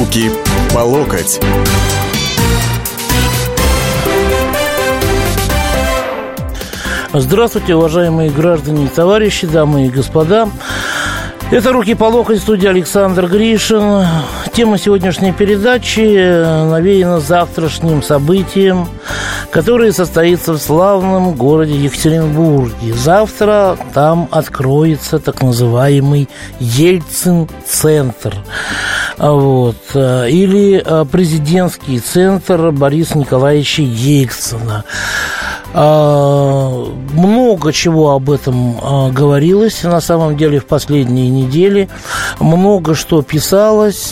Руки по локоть. Здравствуйте, уважаемые граждане и товарищи, дамы и господа. Это «Руки по локоть», студия Александр Гришин. Тема сегодняшней передачи навеяна завтрашним событием, которое состоится в славном городе Екатеринбурге. Завтра там откроется так называемый Ельцин-центр. Или президентский центр Бориса Николаевича Ельцина. Много чего об этом говорилось, на самом деле, в последние недели. Много что писалось.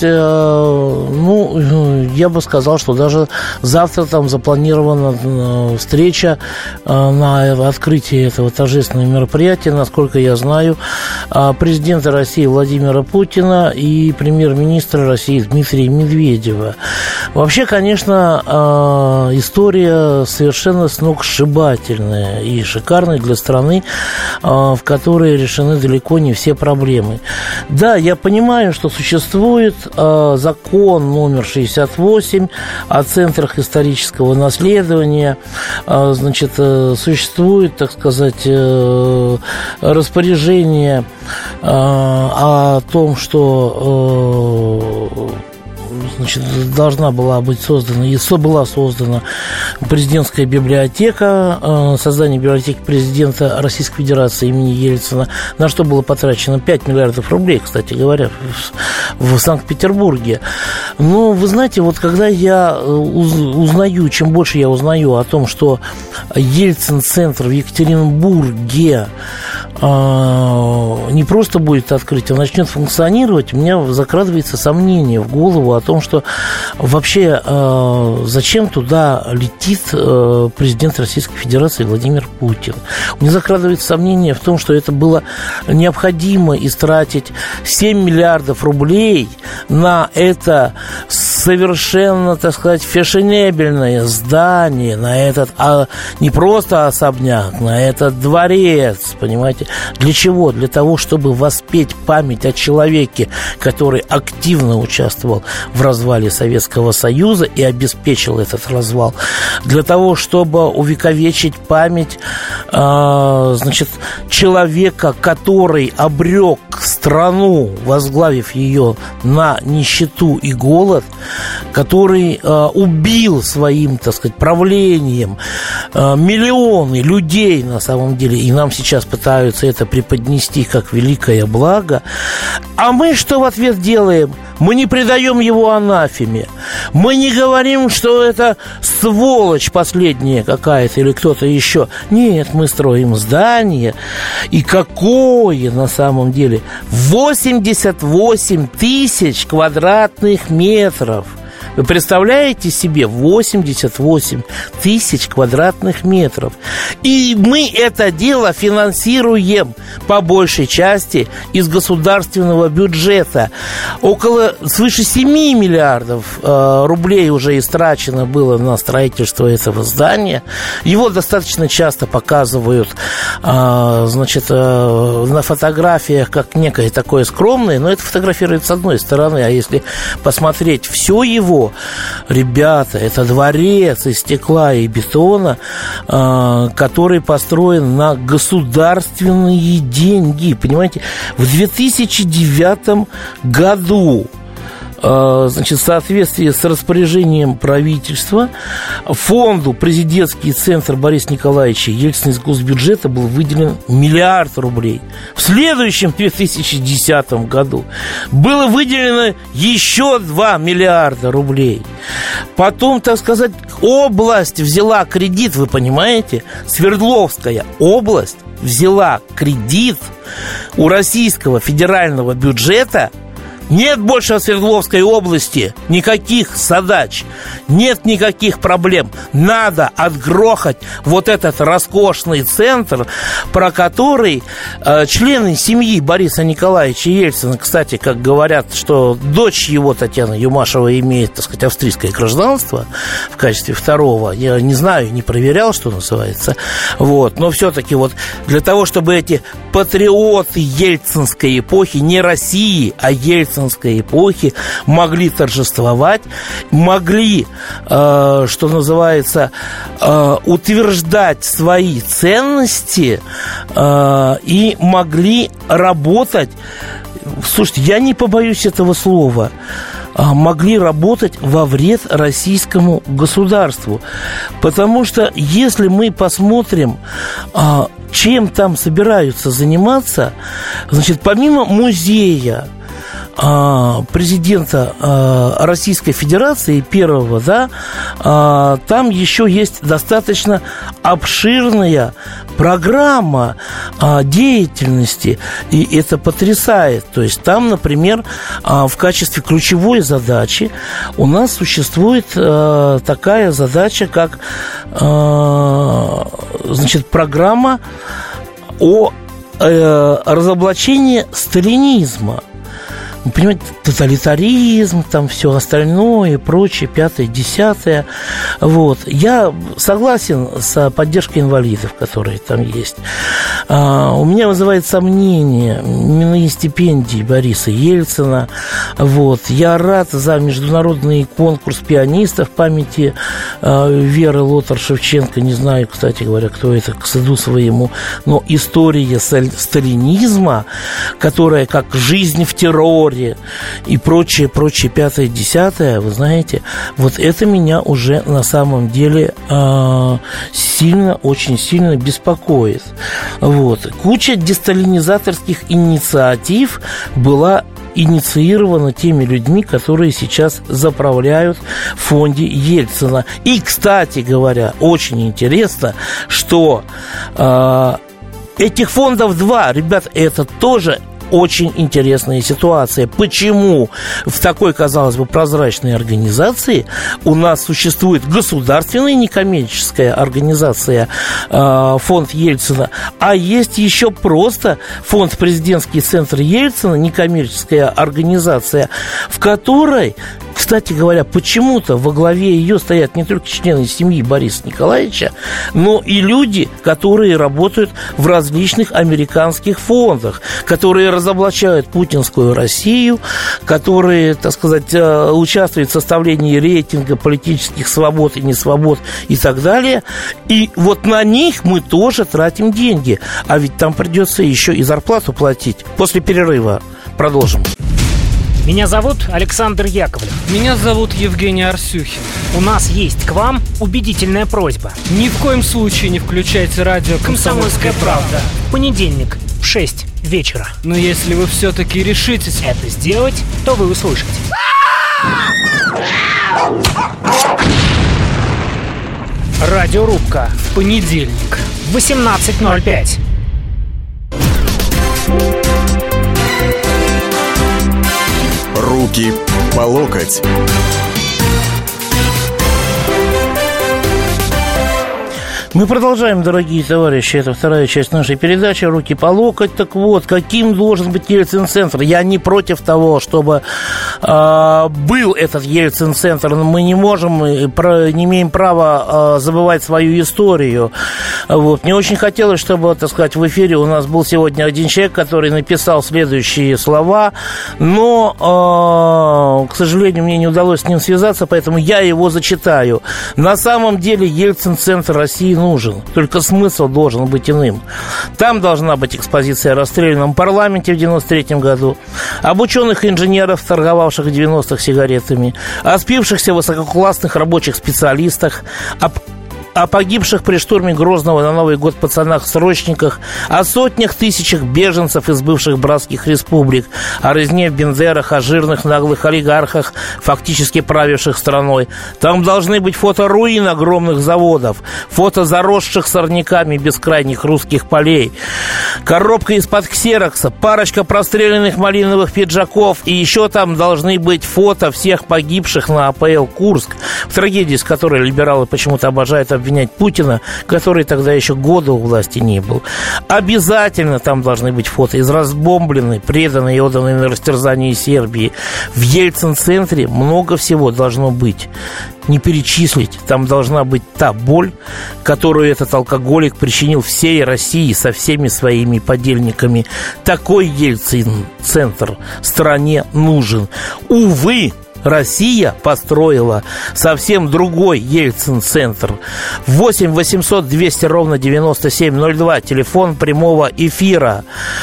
Я бы сказал, что даже завтра там запланирована встреча на открытие этого торжественного мероприятия, насколько я знаю, президента России Владимира Путина и премьер-министра России Дмитрия Медведева. Вообще, конечно, история совершенно сногсшибательная и шикарная для страны, в которой решены далеко не все проблемы. Да, я понимаю, что существует закон номер 68 о центрах исторического наследования, существует, так сказать, распоряжение о том, что должна была быть создана, и была создана президентская библиотека, создание библиотеки президента Российской Федерации имени Ельцина, на что было потрачено 5 миллиардов рублей, кстати говоря, в Санкт-Петербурге. Но, вы знаете, вот когда я узнаю, чем больше я узнаю о том, что Ельцин-центр в Екатеринбурге не просто будет открыт, а начнет функционировать, у меня закрадывается сомнение в голову о том, что вообще зачем туда летит президент Российской Федерации Владимир Путин. У меня закрадывается сомнение в том, что это было необходимо истратить 7 миллиардов рублей на это совершенно, так сказать, фешенебельное здание, на этот, не просто особняк, на этот дворец, понимаете? Для чего? Для того, чтобы воспеть память о человеке, который активно участвовал в развале Советского Союза и обеспечил этот развал. Для того, чтобы увековечить память, человека, который обрек страну, возглавив ее на нищету и голод, который убил своим, так сказать, правлением миллионы людей на самом деле, и нам сейчас пытаются это преподнести как великое благо. А мы что в ответ делаем? Мы не предаем его анафеме. Мы не говорим, что это сволочь последняя какая-то или кто-то еще. Нет, мы строим здание. И какое на самом деле? 88 тысяч квадратных метров. Вы представляете себе 88 тысяч квадратных метров? И мы это дело финансируем по большей части из государственного бюджета. Свыше 7 миллиардов рублей уже истрачено было на строительство этого здания. Его достаточно часто показывают на фотографиях как некое такое скромное, но это фотографируется с одной стороны, а если посмотреть все его, ребята, это дворец из стекла и бетона, который построен на государственные деньги. Понимаете, в 2009 году, в соответствии с распоряжением правительства, фонду «Президентский центр» Бориса Николаевича Ельцина из госбюджета был выделен 1 миллиард рублей. В следующем 2010 году было выделено еще 2 миллиарда рублей. Потом, так сказать, область взяла кредит, вы понимаете? Свердловская область взяла кредит у Российского федерального бюджета. Нет больше в Свердловской области никаких задач, нет никаких проблем. Надо отгрохать вот этот роскошный центр, про который члены семьи Бориса Николаевича Ельцина, кстати, как говорят, что дочь его, Татьяна Юмашева, имеет, так сказать, австрийское гражданство в качестве второго. Я не знаю, не проверял, что называется. Но все-таки для того, чтобы эти патриоты ельцинской эпохи, не России, а Ельцина, ельцинской эпохи могли торжествовать, могли, что называется, утверждать свои ценности и могли работать. Слушайте, я не побоюсь этого слова. Могли работать во вред российскому государству. Потому что если мы посмотрим, чем там собираются заниматься, значит, помимо музея президента Российской Федерации первого, да, там еще есть достаточно обширная программа деятельности, и это потрясает. То есть там, например, в качестве ключевой задачи у нас существует такая задача, как, значит, программа о разоблачении сталинизма. Вы понимаете, тоталитаризм, там все остальное и прочее, пятое, десятое. Вот. Я согласен с поддержкой инвалидов, которые там есть. У меня вызывает сомнение именные стипендии Бориса Ельцина. Вот. Я рад за международный конкурс пианистов памяти Веры Лотар-Шевченко. Не знаю, кстати говоря, кто это, к стыду своему. Но история сталинизма, которая как жизнь в терроре и прочее, пятое, десятое, вы знаете, вот это меня уже на самом деле сильно, очень сильно беспокоит. Вот. Куча десталинизаторских инициатив была инициирована теми людьми, которые сейчас заправляют в фонде Ельцина. И, кстати говоря, очень интересно, что этих фондов два, ребят, это тоже очень интересная ситуация. Почему в такой, казалось бы, прозрачной организации у нас существует государственная некоммерческая организация фонд Ельцина, а есть еще просто фонд президентский центр Ельцина, некоммерческая организация, в которой, кстати говоря, почему-то во главе ее стоят не только члены семьи Бориса Николаевича, но и люди, которые работают в различных американских фондах, которые разоблачают путинскую Россию, которые, так сказать, участвуют в составлении рейтинга политических свобод и несвобод и так далее. И вот на них мы тоже тратим деньги. А ведь там придется еще и зарплату платить. После перерыва продолжим. Меня зовут Александр Яковлев. Меня зовут Евгений Арсюхин. У нас есть к вам убедительная просьба. Ни в коем случае не включайте радио «Комсомольская правда». В понедельник в 6 вечера. Но если вы все-таки решитесь это сделать, то вы услышите. Радиорубка. В понедельник в 18:05. Руки по локоть. Мы продолжаем, дорогие товарищи. Это вторая часть нашей передачи «Руки по локоть». Так вот, каким должен быть Ельцин-центр? Я не против того, чтобы был этот Ельцин-центр. Но мы не можем, не имеем права забывать свою историю. Вот. Мне очень хотелось, чтобы, так сказать, в эфире у нас был сегодня один человек, который написал следующие слова. Но, к сожалению, мне не удалось с ним связаться, поэтому я его зачитаю. На самом деле Ельцин-центр России нужен, только смысл должен быть иным. Там должна быть экспозиция о расстрелянном парламенте в 93 году, об ученых-инженеров, торговавших в 90-х сигаретами, о спившихся высококлассных рабочих специалистах, о погибших при штурме Грозного на Новый год пацанах-срочниках, о сотнях тысячах беженцев из бывших братских республик, о резне в Бендерах, о жирных наглых олигархах, фактически правивших страной. Там должны быть фото руин огромных заводов, фото заросших сорняками бескрайних русских полей, коробка из-под ксерокса, парочка простреленных малиновых пиджаков, и еще там должны быть фото всех погибших на АПЛ Курск, в трагедии, с которой либералы почему-то обожают обвинять обвинять Путина, который тогда еще года у власти не был. Обязательно там должны быть фото из разбомбленной, преданной и отданной на растерзание Сербии. В Ельцин-центре много всего должно быть. Не перечислить. Там должна быть та боль, которую этот алкоголик причинил всей России со всеми своими подельниками. Такой Ельцин-центр стране нужен. Увы, Россия построила совсем другой Ельцин-центр. 8 800 200 ровно 9702. Телефон прямого эфира.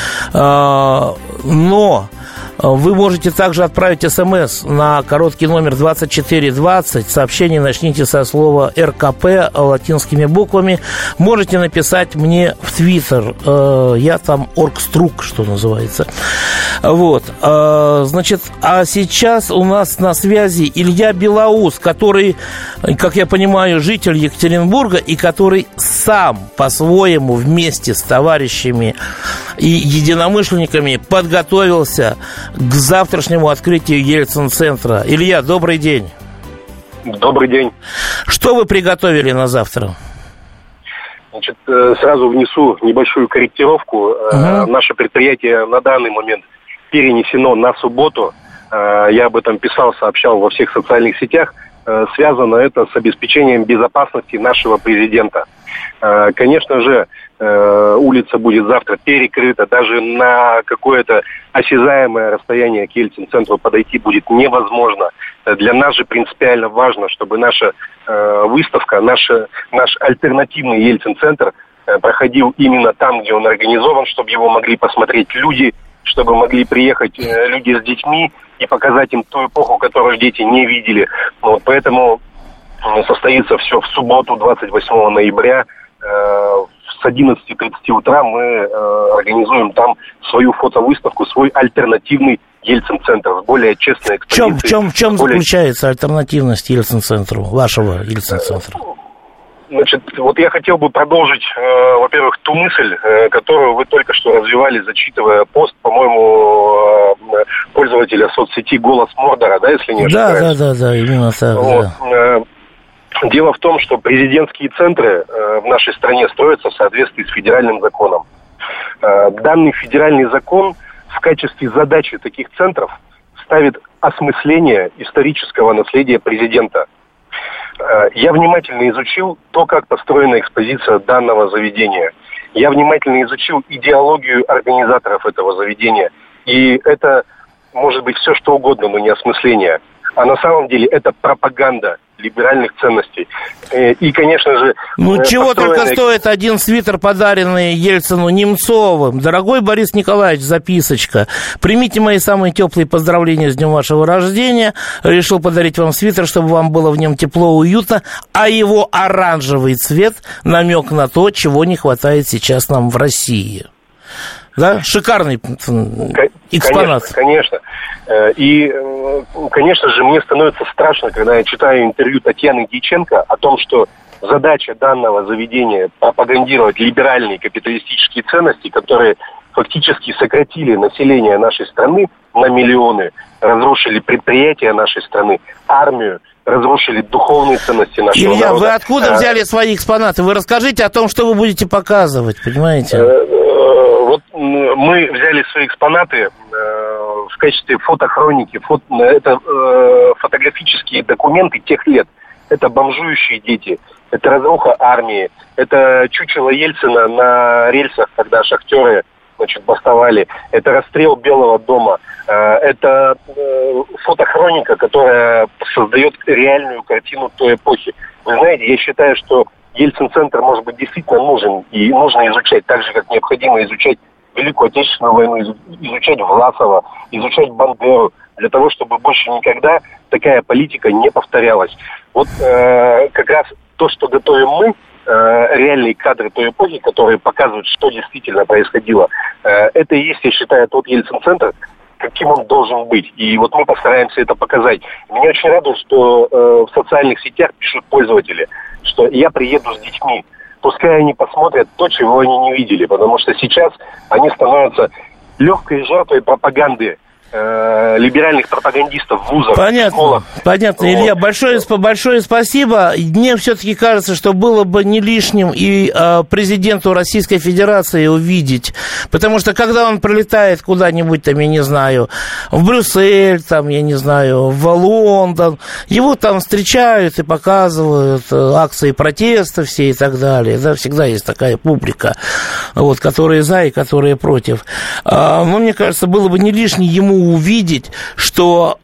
Но вы можете также отправить СМС на короткий номер 2420. Сообщение начните со слова РКП латинскими буквами. Можете написать мне в Твиттер. Я там оргструк, что называется. Вот. Значит, а сейчас у нас на связи Илья Белоус, который, как я понимаю, житель Екатеринбурга и который сам по-своему вместе с товарищами и единомышленниками подготовился к завтрашнему открытию Ельцин-центра. Илья, добрый день. Добрый день. Что вы приготовили на завтра? Значит, сразу внесу небольшую корректировку. Наше предприятие на данный момент перенесено на субботу. Я об этом писал, сообщал во всех социальных сетях. Связано это с обеспечением безопасности нашего президента. Конечно же, улица будет завтра перекрыта. Даже на какое-то осязаемое расстояние к Ельцин-центру подойти будет невозможно. Для нас же принципиально важно, чтобы наша выставка, наш альтернативный Ельцин-центр проходил именно там, где он организован, чтобы его могли посмотреть люди, чтобы могли приехать люди с детьми и показать им ту эпоху, которую дети не видели. Вот, поэтому состоится все в субботу, 28 ноября, с 11:30 утра мы организуем там свою фотовыставку, свой альтернативный Ельцин-центр с более честной экспозицией. В чем заключается альтернативность Ельцин-центру, вашего Ельцин-центра? Значит, вот я хотел бы продолжить, во-первых, ту мысль, которую вы только что развивали, зачитывая пост, по-моему, пользователя соцсети «Голос Мордора», да, если не ошибаюсь? Да, именно так. Вот. Да. Дело в том, что президентские центры в нашей стране строятся в соответствии с федеральным законом. Данный федеральный закон в качестве задачи таких центров ставит осмысление исторического наследия президента. Я внимательно изучил то, как построена экспозиция данного заведения. Я внимательно изучил идеологию организаторов этого заведения. И это может быть все, что угодно, но не осмысление. А на самом деле это пропаганда либеральных ценностей. И, конечно же... чего только стоит один свитер, подаренный Ельцину Немцовым. Дорогой Борис Николаевич, записочка. Примите мои самые теплые поздравления с днем вашего рождения. Решил подарить вам свитер, чтобы вам было в нем тепло, уютно. А его оранжевый цвет намек на то, чего не хватает сейчас нам в России. Да? Шикарный экспонат. Конечно. И, конечно же, мне становится страшно, когда я читаю интервью Татьяны Дьяченко о том, что задача данного заведения пропагандировать либеральные капиталистические ценности, которые фактически сократили население нашей страны на миллионы, разрушили предприятия нашей страны, армию, разрушили духовные ценности нашего народа. Илья, вы откуда взяли свои экспонаты? Вы расскажите о том, что вы будете показывать, понимаете? Вот мы взяли свои экспонаты в качестве фотохроники. Это фотографические документы тех лет. Это бомжующие дети, это разруха армии, это чучело Ельцина на рельсах, когда шахтеры, бастовали. Это расстрел Белого дома. Это фотохроника, которая создает реальную картину той эпохи. Вы знаете, я считаю, что Ельцин-центр, может быть, действительно нужен, и нужно изучать, так же, как необходимо изучать Великую Отечественную войну, изучать Власова, изучать Бандеру, для того, чтобы больше никогда такая политика не повторялась. Вот как раз то, что готовим мы, реальные кадры той эпохи, которые показывают, что действительно происходило, это и есть, я считаю, тот Ельцин-центр, каким он должен быть. И вот мы постараемся это показать. Меня очень радует, что в социальных сетях пишут пользователи, что я приеду с детьми. Пускай они посмотрят то, чего они не видели, потому что сейчас они становятся легкой жертвой пропаганды либеральных пропагандистов в вузах, понятно, в школах. Понятно, вот. Илья, большое спасибо. Мне все-таки кажется, что было бы не лишним и президенту Российской Федерации увидеть, потому что когда он прилетает куда-нибудь, там, я не знаю, в Брюссель, там, я не знаю, в Лондон, его там встречают и показывают акции протеста все и так далее. Да, всегда есть такая публика, вот, которые за и которые против. Но мне кажется, было бы не лишним ему увидеть, что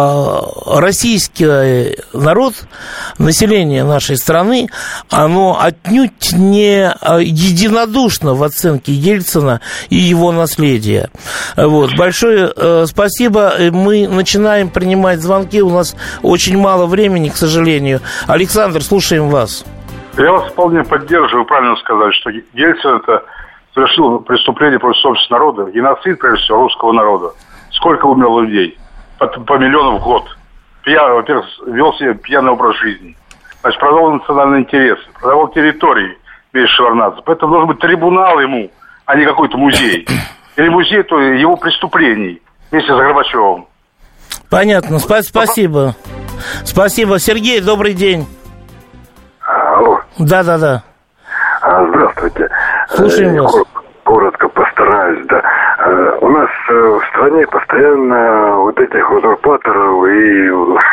российский народ, население нашей страны, оно отнюдь не единодушно в оценке Ельцина и его наследия. Вот. Большое спасибо. Мы начинаем принимать звонки. У нас очень мало времени, к сожалению. Александр, слушаем вас. Я вас вполне поддерживаю. Правильно сказали, что Ельцин это совершил преступление против собственного народа, геноцид, прежде всего, русского народа. Сколько умерло людей? По миллиону в год. Во-первых, вел себе пьяный образ жизни. Значит, продавал национальные интересы, продавал территории без Шеварнадзе. Поэтому должен быть трибунал ему, а не какой-то музей. Или музей, то его преступлений вместе с Горбачевым. Понятно. Спасибо. Спасибо. Сергей, добрый день. Алло. Да. Здравствуйте. Слушаем вас. Коротко постараюсь, да. У нас в стране постоянно вот этих узурпаторов и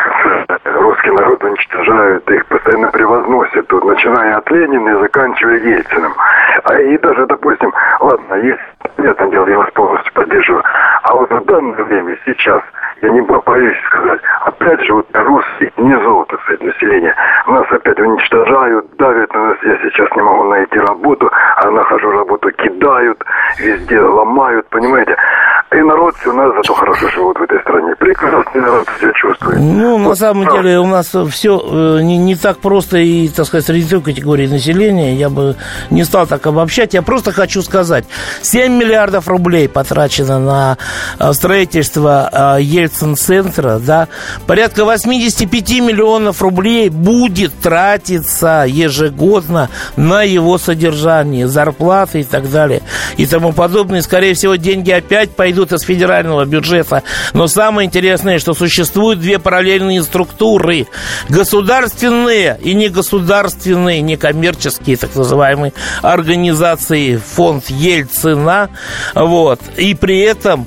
русский народ уничтожают, их постоянно превозносят, тут, начиная от Ленина и заканчивая Ельциным. И даже, допустим, ладно, есть, понятное дело, я вас полностью поддерживаю, а вот в данное время, сейчас, я не боюсь сказать, опять же, вот русские низов, так сказать, население, нас опять уничтожают, давят на нас, я сейчас не могу найти работу, а нахожу работу, кидают, везде ломают, понимаете? И народ у нас зато хорошо живут в этой стране. Прекрасный народ все чувствует. Ну, на самом деле, у нас все не так просто и, так сказать, среди той категории населения. Я бы не стал так обобщать. Я просто хочу сказать, 7 миллиардов рублей потрачено на строительство Ельцин-центра, да. Порядка 85 миллионов рублей будет тратиться ежегодно на его содержание, зарплаты и так далее, и тому подобное. Скорее всего, деньги опять пойдут из федерального бюджета. Но самое интересное, что существуют две параллельные структуры. Государственные и негосударственные, некоммерческие, так называемые, организации, фонд Ельцина. Вот. И при этом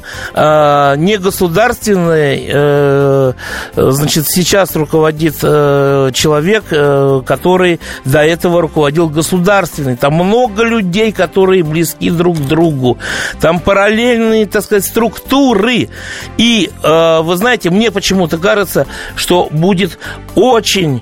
негосударственный, значит, сейчас руководит человек, который до этого руководил государственный. Там много людей, которые близки друг к другу. Там параллельные, так сказать, структуры. И, вы знаете, мне почему-то кажется, что будет очень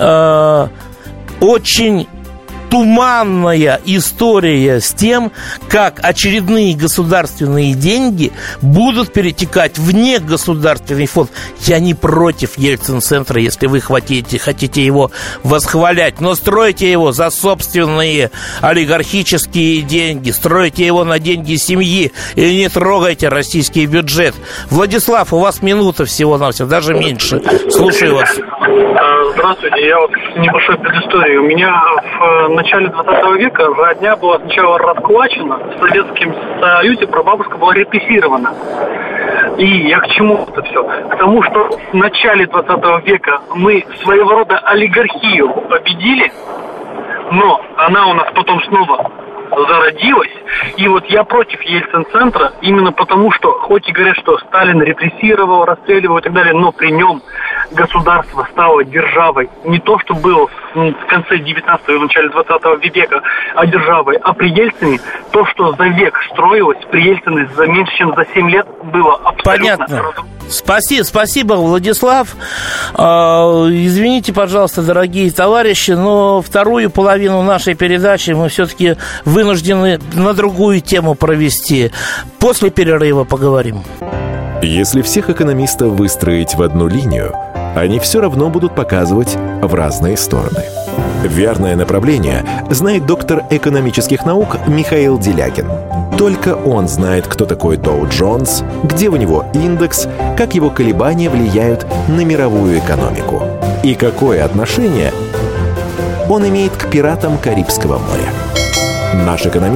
туманная история с тем, как очередные государственные деньги будут перетекать в негосударственный фонд. Я не против Ельцин-центра, если вы хотите его восхвалять, но стройте его за собственные олигархические деньги, стройте его на деньги семьи и не трогайте российский бюджет. Владислав, у вас минута всего-навсего, даже меньше. Слушаю вас. Здравствуйте, я вот небольшой предыстории. У меня в начале 20 века родня была сначала раскулачена, в Советском Союзе прабабушка была репрессирована. И я к чему это все? К тому, что в начале 20 века мы своего рода олигархию победили, но она у нас потом снова зародилась. И вот я против Ельцин-центра именно потому, что, хоть и говорят, что Сталин репрессировал, расстреливал и так далее, но при нем государство стало державой. Не то, что было в конце 19-го и в начале 20 века, а державой. А при Ельцине то, что за век строилось, при Ельцине за меньше, чем за 7 лет было абсолютно... Понятно. Спасибо, Владислав. Извините, пожалуйста, дорогие товарищи, но вторую половину нашей передачи мы все-таки вынуждены на другую тему провести. После перерыва поговорим. Если всех экономистов выстроить в одну линию, они все равно будут показывать в разные стороны. Верное направление знает доктор экономических наук Михаил Делягин. Только он знает, кто такой Доу Джонс, где у него индекс, как его колебания влияют на мировую экономику и какое отношение он имеет к пиратам Карибского моря. Наш экономист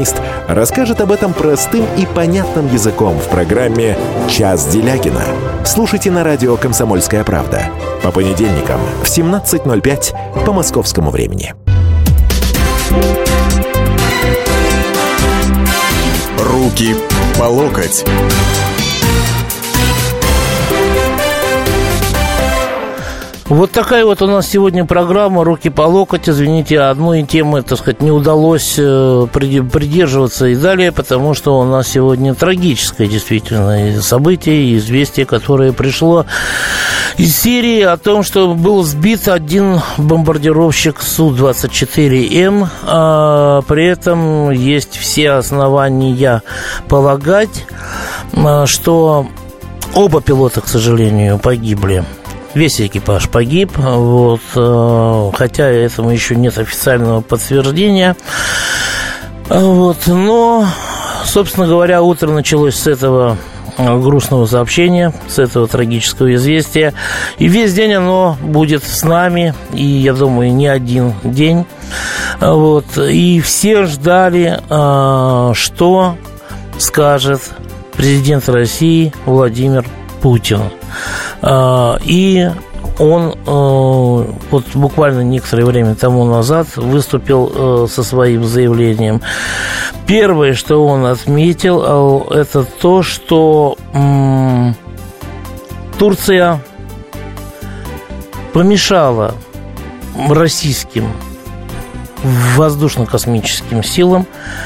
расскажет об этом простым и понятным языком в программе «Час Делягина». Слушайте на радио «Комсомольская правда» по понедельникам в 17:05 по московскому времени. Руки по локоть. Вот такая вот у нас сегодня программа «Руки по локоть». Извините, одной темы, так сказать, не удалось придерживаться и далее, потому что у нас сегодня трагическое действительно событие и известие, которое пришло из Сирии о том, что был сбит один бомбардировщик Су-24М. При этом есть все основания полагать, что оба пилота, к сожалению, погибли. Весь экипаж погиб, вот, хотя этому еще нет официального подтверждения. Вот, но, собственно говоря, утро началось с этого грустного сообщения, с этого трагического известия. И весь день оно будет с нами, и, я думаю, не один день. Вот, и все ждали, что скажет президент России Владимир Путин. И он вот буквально некоторое время тому назад выступил со своим заявлением. Первое, что он отметил, это то, что Турция помешала российским воздушно-космическим силам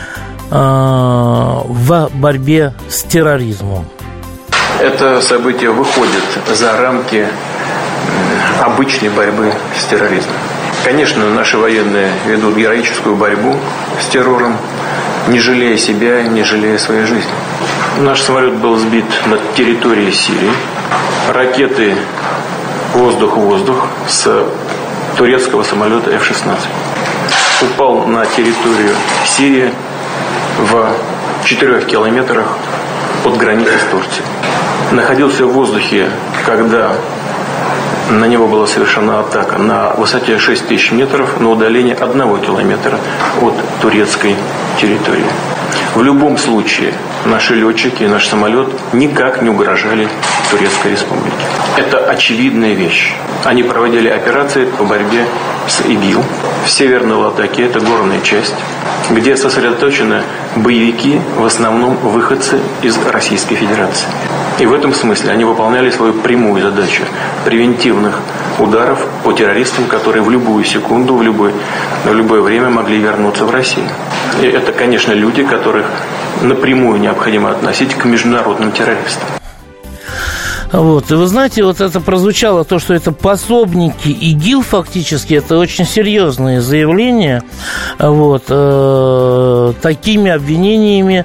в борьбе с терроризмом. Это событие выходит за рамки обычной борьбы с терроризмом. Конечно, наши военные ведут героическую борьбу с террором, не жалея себя, не жалея своей жизни. Наш самолет был сбит над территорией Сирии. Ракеты воздух-воздух с турецкого самолета F-16. Упал на территорию Сирии в 4 километрах от границы с Турцией. Находился в воздухе, когда на него была совершена атака на высоте 6000 метров на удалении 1 километра от турецкой территории. В любом случае наши летчики и наш самолет никак не угрожали Турецкой Республике. Это очевидная вещь. Они проводили операции по борьбе с ИГИЛ в Северной Латакии, это горная часть, где сосредоточены боевики, в основном выходцы из Российской Федерации. И в этом смысле они выполняли свою прямую задачу превентивных ударов по террористам, которые в любую секунду, в любое время могли вернуться в Россию. И это, конечно, люди, которых напрямую необходимо относить к международным террористам. Вот. И вы знаете, вот это прозвучало, то, что это пособники ИГИЛ, фактически, это очень серьезные заявления. Вот. Такими обвинениями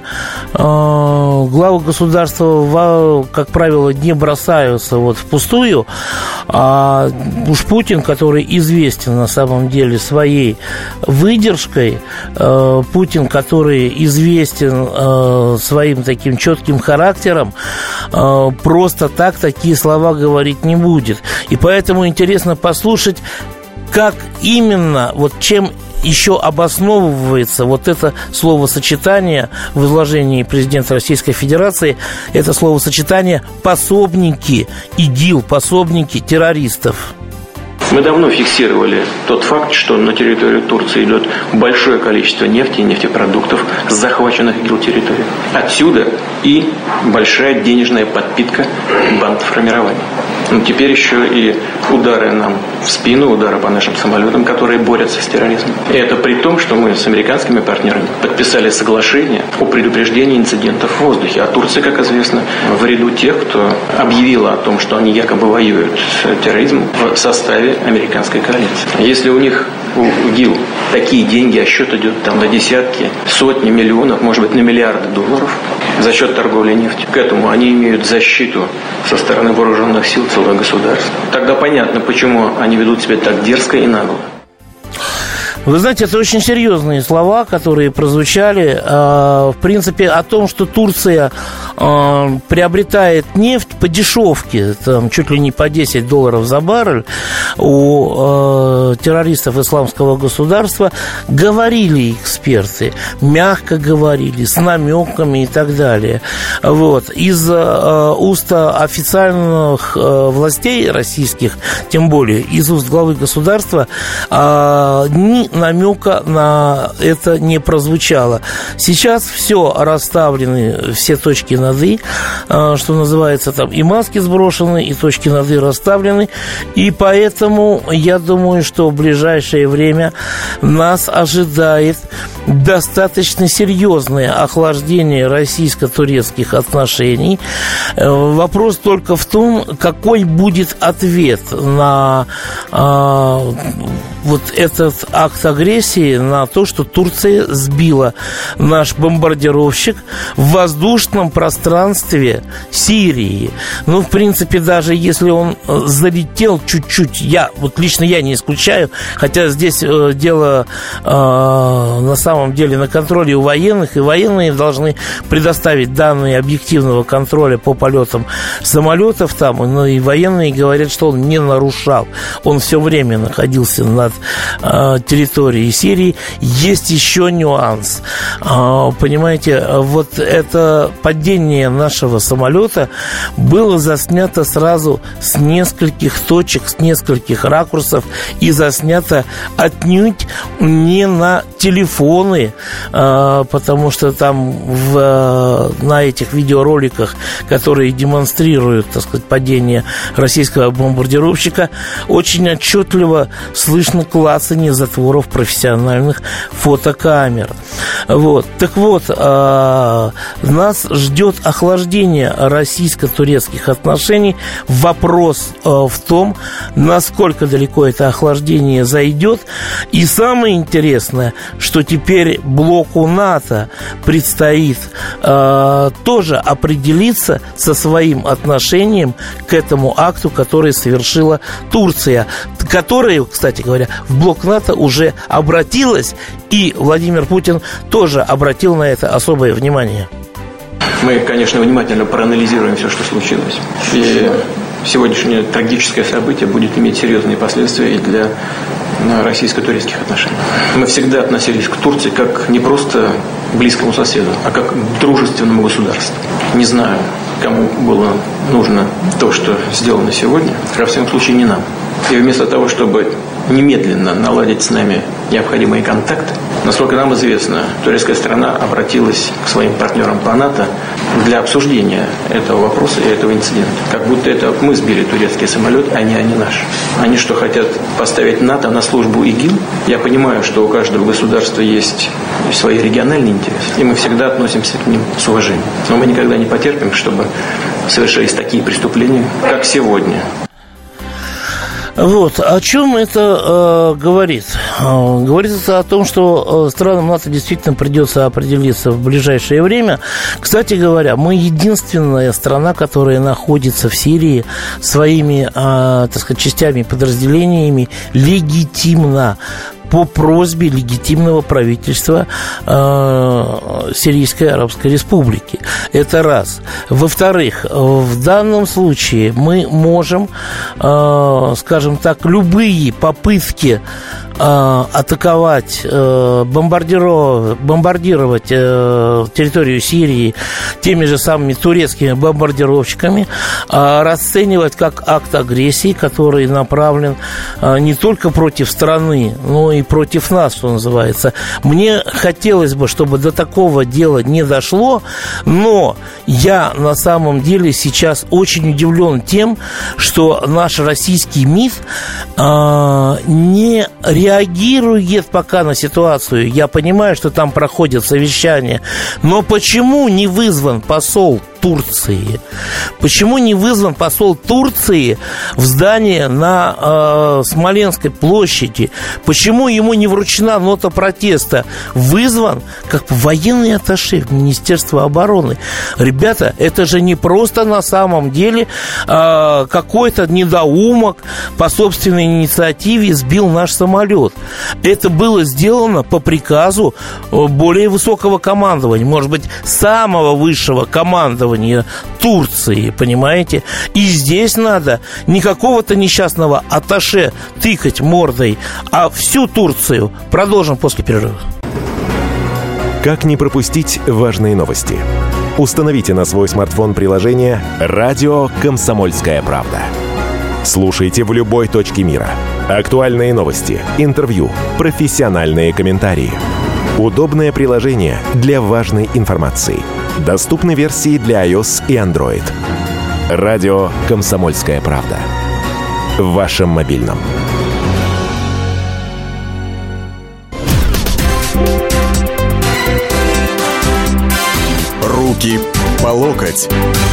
главы государства, как правило, не бросаются вот впустую. А уж Путин, который известен на самом деле своей выдержкой, Путин, который известен своим таким четким характером, просто так такие слова говорить не будет. И поэтому интересно послушать, как именно, вот чем еще обосновывается вот это словосочетание в изложении президента Российской Федерации, это словосочетание «пособники ИГИЛ», «пособники террористов». Мы давно фиксировали тот факт, что на территорию Турции идет большое количество нефти и нефтепродуктов с захваченных ИГИЛ территорий. Отсюда и большая денежная подпитка бандформирования. Но теперь еще и удары нам в спину, удары по нашим самолетам, которые борются с терроризмом. И это при том, что мы с американскими партнерами подписали соглашение о предупреждении инцидентов в воздухе. А Турция, как известно, в ряду тех, кто объявила о том, что они якобы воюют с терроризмом в составе американской коалиции. Если у них, у ИГИЛ, такие деньги, а счет идет там на десятки, сотни миллионов, может быть, на миллиарды долларов за счет торговли нефтью, к этому они имеют защиту со стороны вооруженных сил целого государства. Тогда понятно, почему они ведут себя так дерзко и нагло. Вы знаете, это очень серьезные слова, которые прозвучали. В принципе, о том, что Турция приобретает нефть по дешевке, там, чуть ли не по $10 за баррель, у террористов исламского государства, говорили эксперты, мягко говорили, с намеками и так далее. Вот. Из уст официальных властей российских, тем более из уст главы государства, ни намека на это не прозвучало. Сейчас все расставлены, все точки над «и», что называется, там и маски сброшены, и точки над «и» расставлены, и поэтому я думаю, что в ближайшее время нас ожидает достаточно серьезное охлаждение российско-турецких отношений. Вопрос только в том, какой будет ответ на вот этот акт агрессии, на то, что Турция сбила наш бомбардировщик в воздушном пространстве Сирии. Ну, в принципе, даже если он залетел чуть-чуть, лично я не исключаю, хотя здесь дело на самом деле на контроле у военных, и военные должны предоставить данные объективного контроля по полетам самолетов там, но и военные говорят, что он не нарушал, он все время находился над территорией Сирии. Есть еще нюанс. Понимаете, вот это падение нашего самолета было заснято сразу с нескольких точек, с нескольких ракурсов, и заснято отнюдь не на телефоны, потому что там на этих видеороликах, которые демонстрируют, так сказать, падение российского бомбардировщика, очень отчетливо слышно клацание затворов профессиональных фотокамер. Вот. Так вот, нас ждет охлаждение российско-турецких отношений. Вопрос в том, насколько далеко это охлаждение зайдет. И самое интересное, что теперь блоку НАТО предстоит тоже определиться со своим отношением к этому акту, который совершила Турция, которая, кстати говоря, в блок НАТО уже обратилась, и Владимир Путин тоже обратил на это особое внимание. Мы, конечно, внимательно проанализируем все, что случилось. И сегодняшнее трагическое событие будет иметь серьезные последствия и для российско-турецких отношений. Мы всегда относились к Турции как не просто к близкому соседу, а как к дружественному государству. Не знаю, кому было нужно то, что сделано сегодня, во всяком случае не нам. И вместо того, чтобы немедленно наладить с нами необходимые контакты, насколько нам известно, турецкая сторона обратилась к своим партнерам по НАТО для обсуждения этого вопроса и этого инцидента. Как будто это мы сбили турецкий самолет, а не они наши. Они что, хотят поставить НАТО на службу ИГИЛ? Я понимаю, что у каждого государства есть свои региональные интересы, и мы всегда относимся к ним с уважением. Но мы никогда не потерпим, чтобы совершались такие преступления, как сегодня. Вот, о чем это говорит? Говорит это о том, что странам НАТО действительно придется определиться в ближайшее время. Кстати говоря, мы единственная страна, которая находится в Сирии своими, так сказать, частями, подразделениями легитимно, по просьбе легитимного правительства Сирийской Арабской Республики. Это раз. Во-вторых, в данном случае мы можем, скажем так, любые попытки атаковать, бомбардировать территорию Сирии теми же самыми турецкими бомбардировщиками, расценивать как акт агрессии, который направлен не только против страны, но и против нас, что называется. Мне хотелось бы, чтобы до такого дела не дошло, но я на самом деле сейчас очень удивлен тем, что наш российский МИД не реагирует пока на ситуацию. Я понимаю, что там проходят совещания, но почему не вызван посол Турции? Почему не вызван посол Турции в здание на Смоленской площади? Почему ему не вручена нота протеста? Вызван как военный атташе в Министерство обороны. Ребята, это же не просто на самом деле какой-то недоумок по собственной инициативе сбил наш самолет. Это было сделано по приказу более высокого командования, может быть, самого высшего командования Турции, понимаете? И здесь надо не какого-то несчастного атташе тыкать мордой, а всю Турцию. Продолжим после перерыва. Как не пропустить важные новости? Установите на свой смартфон приложение «Радио Комсомольская правда». Слушайте в любой точке мира. Актуальные новости, интервью, профессиональные комментарии. Удобное приложение для важной информации. Доступны версии для iOS и Android. «Радио Комсомольская правда». В вашем мобильном. Руки по локоть.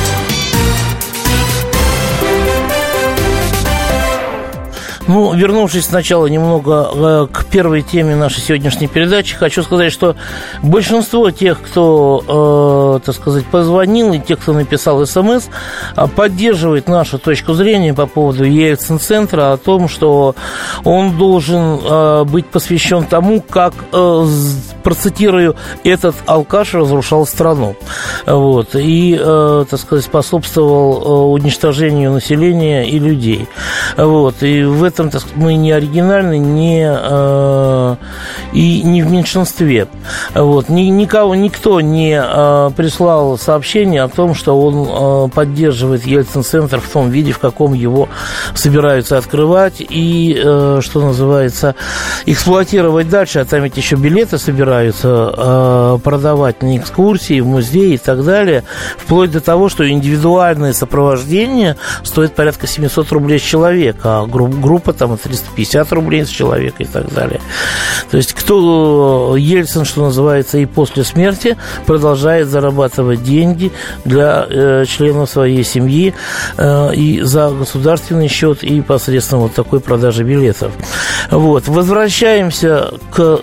Ну, вернувшись сначала немного к первой теме нашей сегодняшней передачи, хочу сказать, что большинство тех, кто, так сказать, позвонил, и тех, кто написал СМС, поддерживает нашу точку зрения по поводу Ельцин-центра, о том, что он должен быть посвящен тому, как, процитирую, этот алкаш разрушал страну. Вот, и, так сказать, способствовал уничтожению населения и людей. Вот, и в этом мы не оригинальны, и не в меньшинстве. Вот. Никто не прислал сообщение о том, что он поддерживает Ельцин-центр в том виде, в каком его собираются открывать и, что называется, эксплуатировать дальше. А там ведь еще билеты собираются продавать на экскурсии, в музеи и так далее, вплоть до того, что индивидуальное сопровождение стоит порядка 700 рублей с человека, а группа там 350 рублей с человека и так далее. То есть кто Ельцин, что называется, и после смерти продолжает зарабатывать деньги для членов своей семьи и за государственный счет, и посредством вот такой продажи билетов. Вот. Возвращаемся к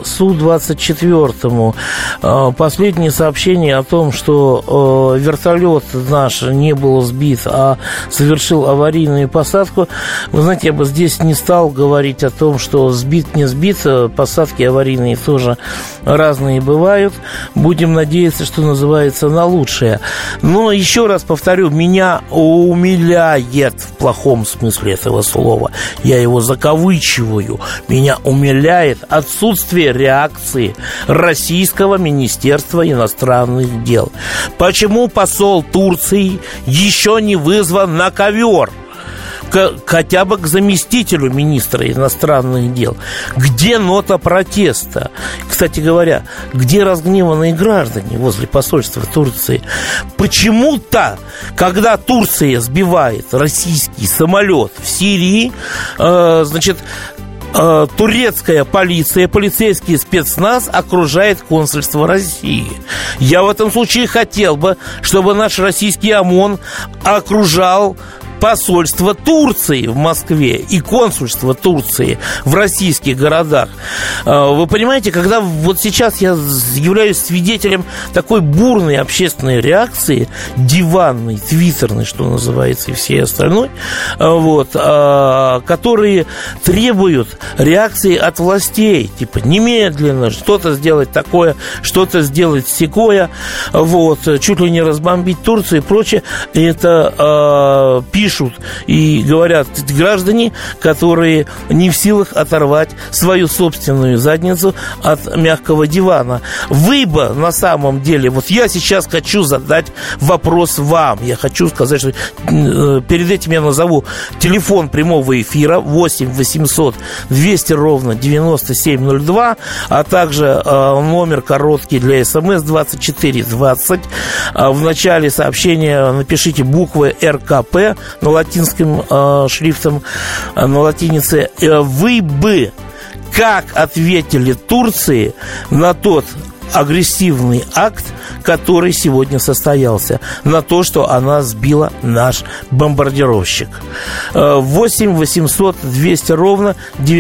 Су-24. Последнее сообщение о том, что вертолет наш не был сбит, а совершил аварийную посадку. Вы знаете, я бы здесь не стал говорить о том, что сбит, не сбит. Посадки аварийные тоже разные бывают. Будем надеяться, что называется, на лучшее. Но еще раз повторю, меня умиляет в плохом смысле этого слова. Я его закавычиваю. Меня умиляет отсутствие реакции Российского Министерства иностранных дел. Почему посол Турции еще не вызван на ковер? Хотя бы к заместителю министра иностранных дел. Где нота протеста? Кстати говоря, где разгневанные граждане возле посольства Турции? Почему-то, когда Турция сбивает российский самолет в Сирии, значит, турецкая полиция, полицейский спецназ окружает консульство России. Я в этом случае хотел бы, чтобы наш российский ОМОН окружал посольство Турции в Москве и консульство Турции в российских городах. Вы понимаете, когда вот сейчас я являюсь свидетелем такой бурной общественной реакции, диванной, твиттерной, что называется, и всей остальной, вот, которые требуют реакции от властей, типа немедленно что-то сделать такое, что-то сделать сякое, вот, чуть ли не разбомбить Турцию и прочее, это пишут и говорят граждане, которые не в силах оторвать свою собственную задницу от мягкого дивана. Вы бы на самом деле, вот я сейчас хочу задать вопрос вам. Я хочу сказать, что перед этим я назову телефон прямого эфира 8 800 200 ровно 9702, а также номер короткий для СМС 2420. В начале сообщения напишите буквы РКП на латинским шрифтом, на латинице. Вы бы как ответили Турции на тот агрессивный акт, который сегодня состоялся, на то, что она сбила наш бомбардировщик. 8 800 200 ровно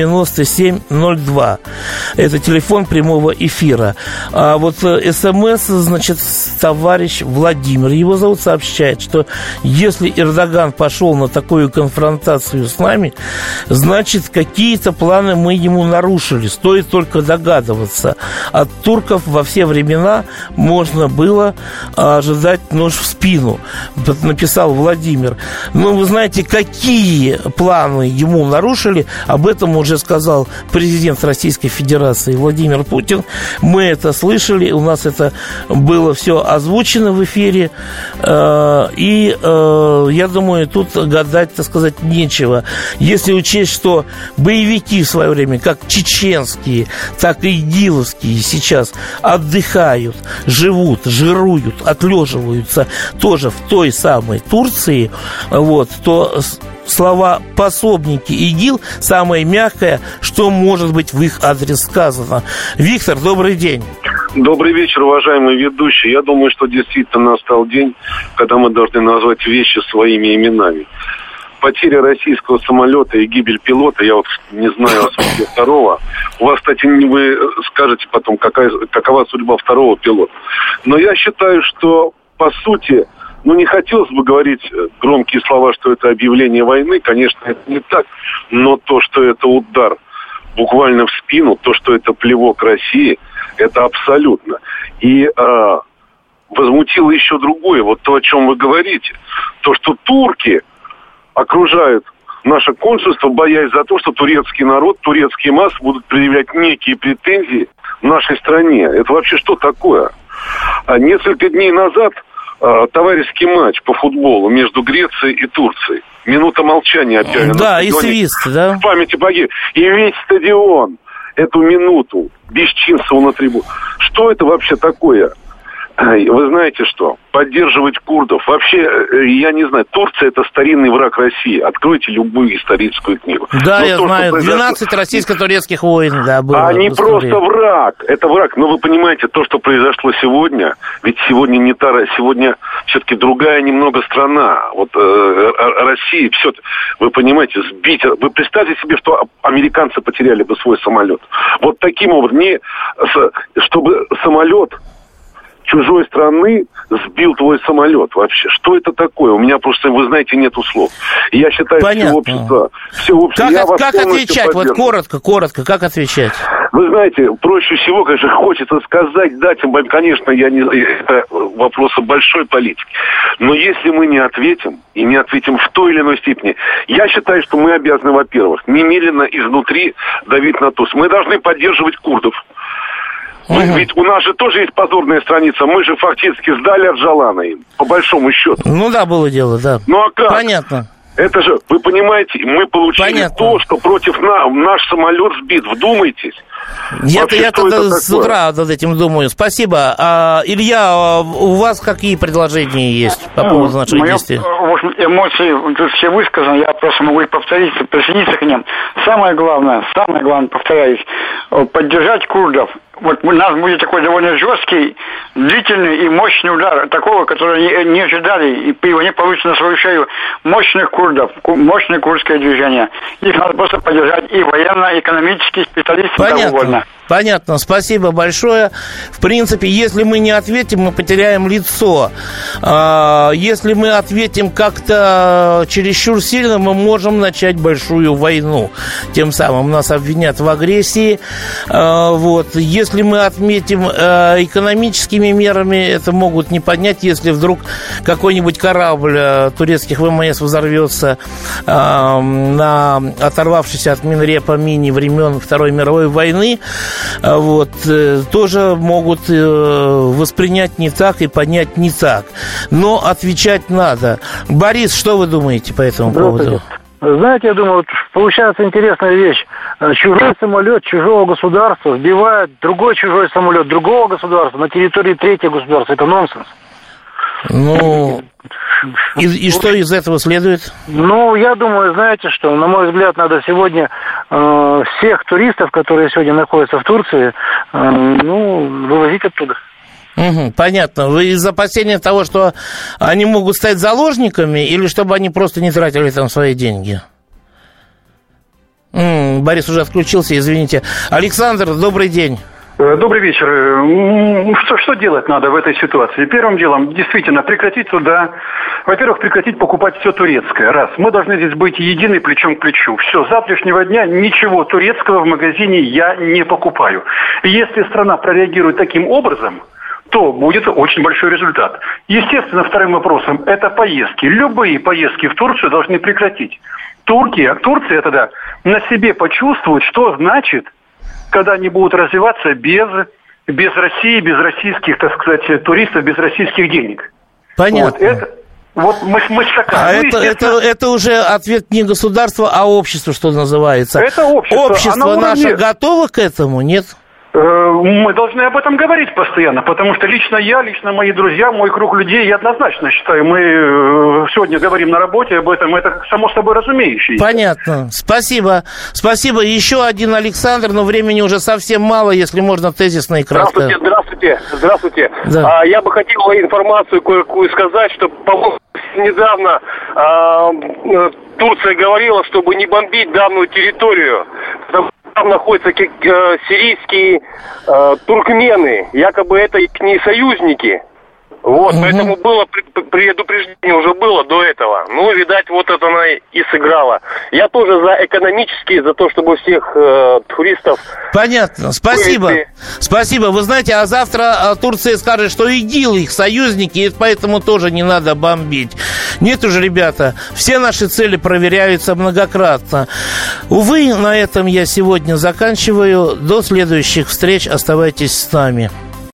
9702. Это телефон прямого эфира. А вот СМС, значит, товарищ Владимир, его зовут, сообщает, что если Эрдоган пошел на такую конфронтацию с нами, значит, какие-то планы мы ему нарушили. Стоит только догадываться. От турков во все времена можно было ожидать нож в спину, написал Владимир. Но вы знаете, какие планы ему нарушили, об этом уже сказал президент Российской Федерации Владимир Путин. Мы это слышали, у нас это было все озвучено в эфире. И я думаю, тут гадать, так сказать, нечего. Если учесть, что боевики в свое время, как чеченские, так и игиловские, сейчас отдыхают, живут, жируют, отлеживаются тоже в той самой Турции, вот, то слова «пособники ИГИЛ» самое мягкое, что может быть в их адрес сказано. Виктор, добрый день. Добрый вечер, уважаемый ведущий. Я думаю, что действительно настал день, когда мы должны назвать вещи своими именами. Потеря российского самолета и гибель пилота, я вот не знаю о судьбе второго. У вас, кстати, вы скажете потом, какова судьба второго пилота. Но я считаю, что, по сути, не хотелось бы говорить громкие слова, что это объявление войны. Конечно, это не так. Но то, что это удар буквально в спину, то, что это плевок России, это абсолютно. И возмутило еще другое. Вот то, о чем вы говорите. То, что турки окружают наше консульство, боясь за то, что турецкий народ, турецкие массы будут предъявлять некие претензии в нашей стране. Это вообще что такое? Несколько дней назад товарищеский матч по футболу между Грецией и Турцией. Минута молчания объявлена. Да, и свист, да. В памяти погиб. И весь стадион эту минуту бесчинствовал на трибуне. Что это вообще такое? Вы знаете что? Поддерживать курдов. Вообще, я не знаю, Турция – это старинный враг России. Откройте любую историческую книгу. Да, я знаю. 12 российско-турецких войн, да, было. Они просто враг. Это враг. Но вы понимаете, то, что произошло сегодня, ведь сегодня не та, сегодня все-таки другая немного страна. Вот Россия, все, вы понимаете, сбить. Вы представьте себе, что американцы потеряли бы свой самолет. Вот таким образом, чтобы самолет чужой страны сбил твой самолет вообще. Что это такое? У меня просто, вы знаете, нету слов. Я считаю, все общество... Как отвечать? Вот коротко, как отвечать? Вы знаете, проще всего, конечно, хочется сказать, дать им, конечно, это вопросы большой политики. Но если мы не ответим, и не ответим в той или иной степени, я считаю, что мы обязаны, во-первых, немедленно изнутри давить на ТУС. Мы должны поддерживать курдов. Ведь у нас же тоже есть позорная страница. Мы же фактически сдали Арджалана им, по большому счету. Ну да, было дело, да. Ну а как? Понятно. Это же, вы понимаете, мы получили то, что против наш самолет сбит. Вдумайтесь. Я тогда с утра над этим думаю. Спасибо. Илья, у вас какие предложения есть по поводу наших действий? В общем, эмоции тут все высказаны, я просто могу присоединиться к ним. Самое главное, повторяюсь, поддержать курдов. Вот у нас будет такой довольно жесткий, длительный и мощный удар, такого, которого не ожидали, и они получат на свою шею мощных курдов, мощное курдское движение. Их надо просто поддержать и военно, и экономически, специалисты, того угодно. Понятно, спасибо большое. В принципе, если мы не ответим, мы потеряем лицо. Если мы ответим как-то чересчур сильно, мы можем начать большую войну. Тем самым нас обвинят в агрессии. Если мы отметим экономическими мерами, это могут не поднять, если вдруг какой-нибудь корабль турецких ВМС взорвется на оторвавшийся от Минрепа мини времен Второй мировой войны, тоже могут воспринять не так и понять не так. Но отвечать надо. Борис, что вы думаете по этому поводу? Знаете, я думаю, получается интересная вещь. Чужой самолет чужого государства сбивает другой чужой самолет другого государства на территории третьего государства. Это нонсенс. И что из этого следует? Я думаю, знаете что, на мой взгляд, надо сегодня всех туристов, которые сегодня находятся в Турции, вывозить оттуда. Понятно. Вы из опасения того, что они могут стать заложниками, или чтобы они просто не тратили там свои деньги? Борис уже отключился, извините. Александр, добрый день. Добрый вечер. Что делать надо в этой ситуации? Первым делом, действительно, прекратить туда... Во-первых, прекратить покупать все турецкое. Раз. Мы должны здесь быть едины плечом к плечу. Все, с завтрашнего дня ничего турецкого в магазине я не покупаю. И если страна прореагирует таким образом, то будет очень большой результат. Естественно, вторым вопросом – это поездки. Любые поездки в Турцию должны прекратить. Турция тогда на себе почувствует, что значит, когда они будут развиваться без России, без российских, так сказать, туристов, без российских денег. Понятно. Вот мы шагаем. Это уже ответ не государства, а общества, что называется. Это общество. Общество наше готово к этому, нет? Мы должны об этом говорить постоянно, потому что лично я, лично мои друзья, мой круг людей, я однозначно считаю, мы сегодня говорим на работе об этом, это само собой разумеющееся. Понятно. Спасибо. Спасибо. Еще один Александр, но времени уже совсем мало, если можно тезисно и кратко. Здравствуйте. Да. Я бы хотел информацию кое-какую сказать, что, по-моему, недавно Турция говорила, чтобы не бомбить данную территорию, потому что там находятся сирийские туркмены, якобы это их не союзники. Поэтому было предупреждение уже было до этого. Видать, вот это она и сыграла. Я тоже за экономические, за то, чтобы всех туристов... Понятно, спасибо. Спасибо. Вы знаете, а завтра Турция скажет, что ИГИЛ их союзники, и поэтому тоже не надо бомбить. Нет уже, ребята, все наши цели проверяются многократно. Увы, на этом я сегодня заканчиваю. До следующих встреч. Оставайтесь с нами.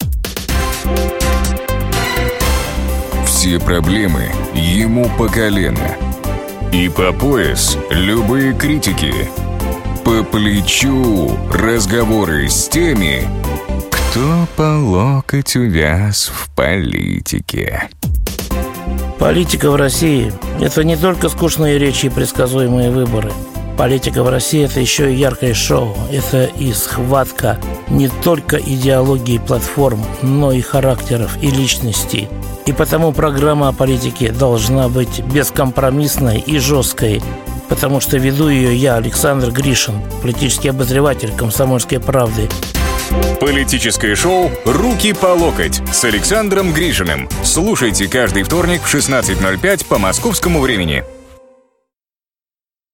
Все проблемы ему по колено. И по пояс любые критики. По плечу разговоры с теми, кто по локоть увяз в политике. Политика в России – это не только скучные речи и предсказуемые выборы. Политика в России – это еще и яркое шоу. Это и схватка не только идеологии платформ, но и характеров и личностей. И потому программа о политике должна быть бескомпромиссной и жесткой. Потому что веду ее я, Александр Гришин, политический обозреватель «Комсомольской правды». Политическое шоу «Руки по локоть» с Александром Гришиным. Слушайте каждый вторник в 16:05 по московскому времени.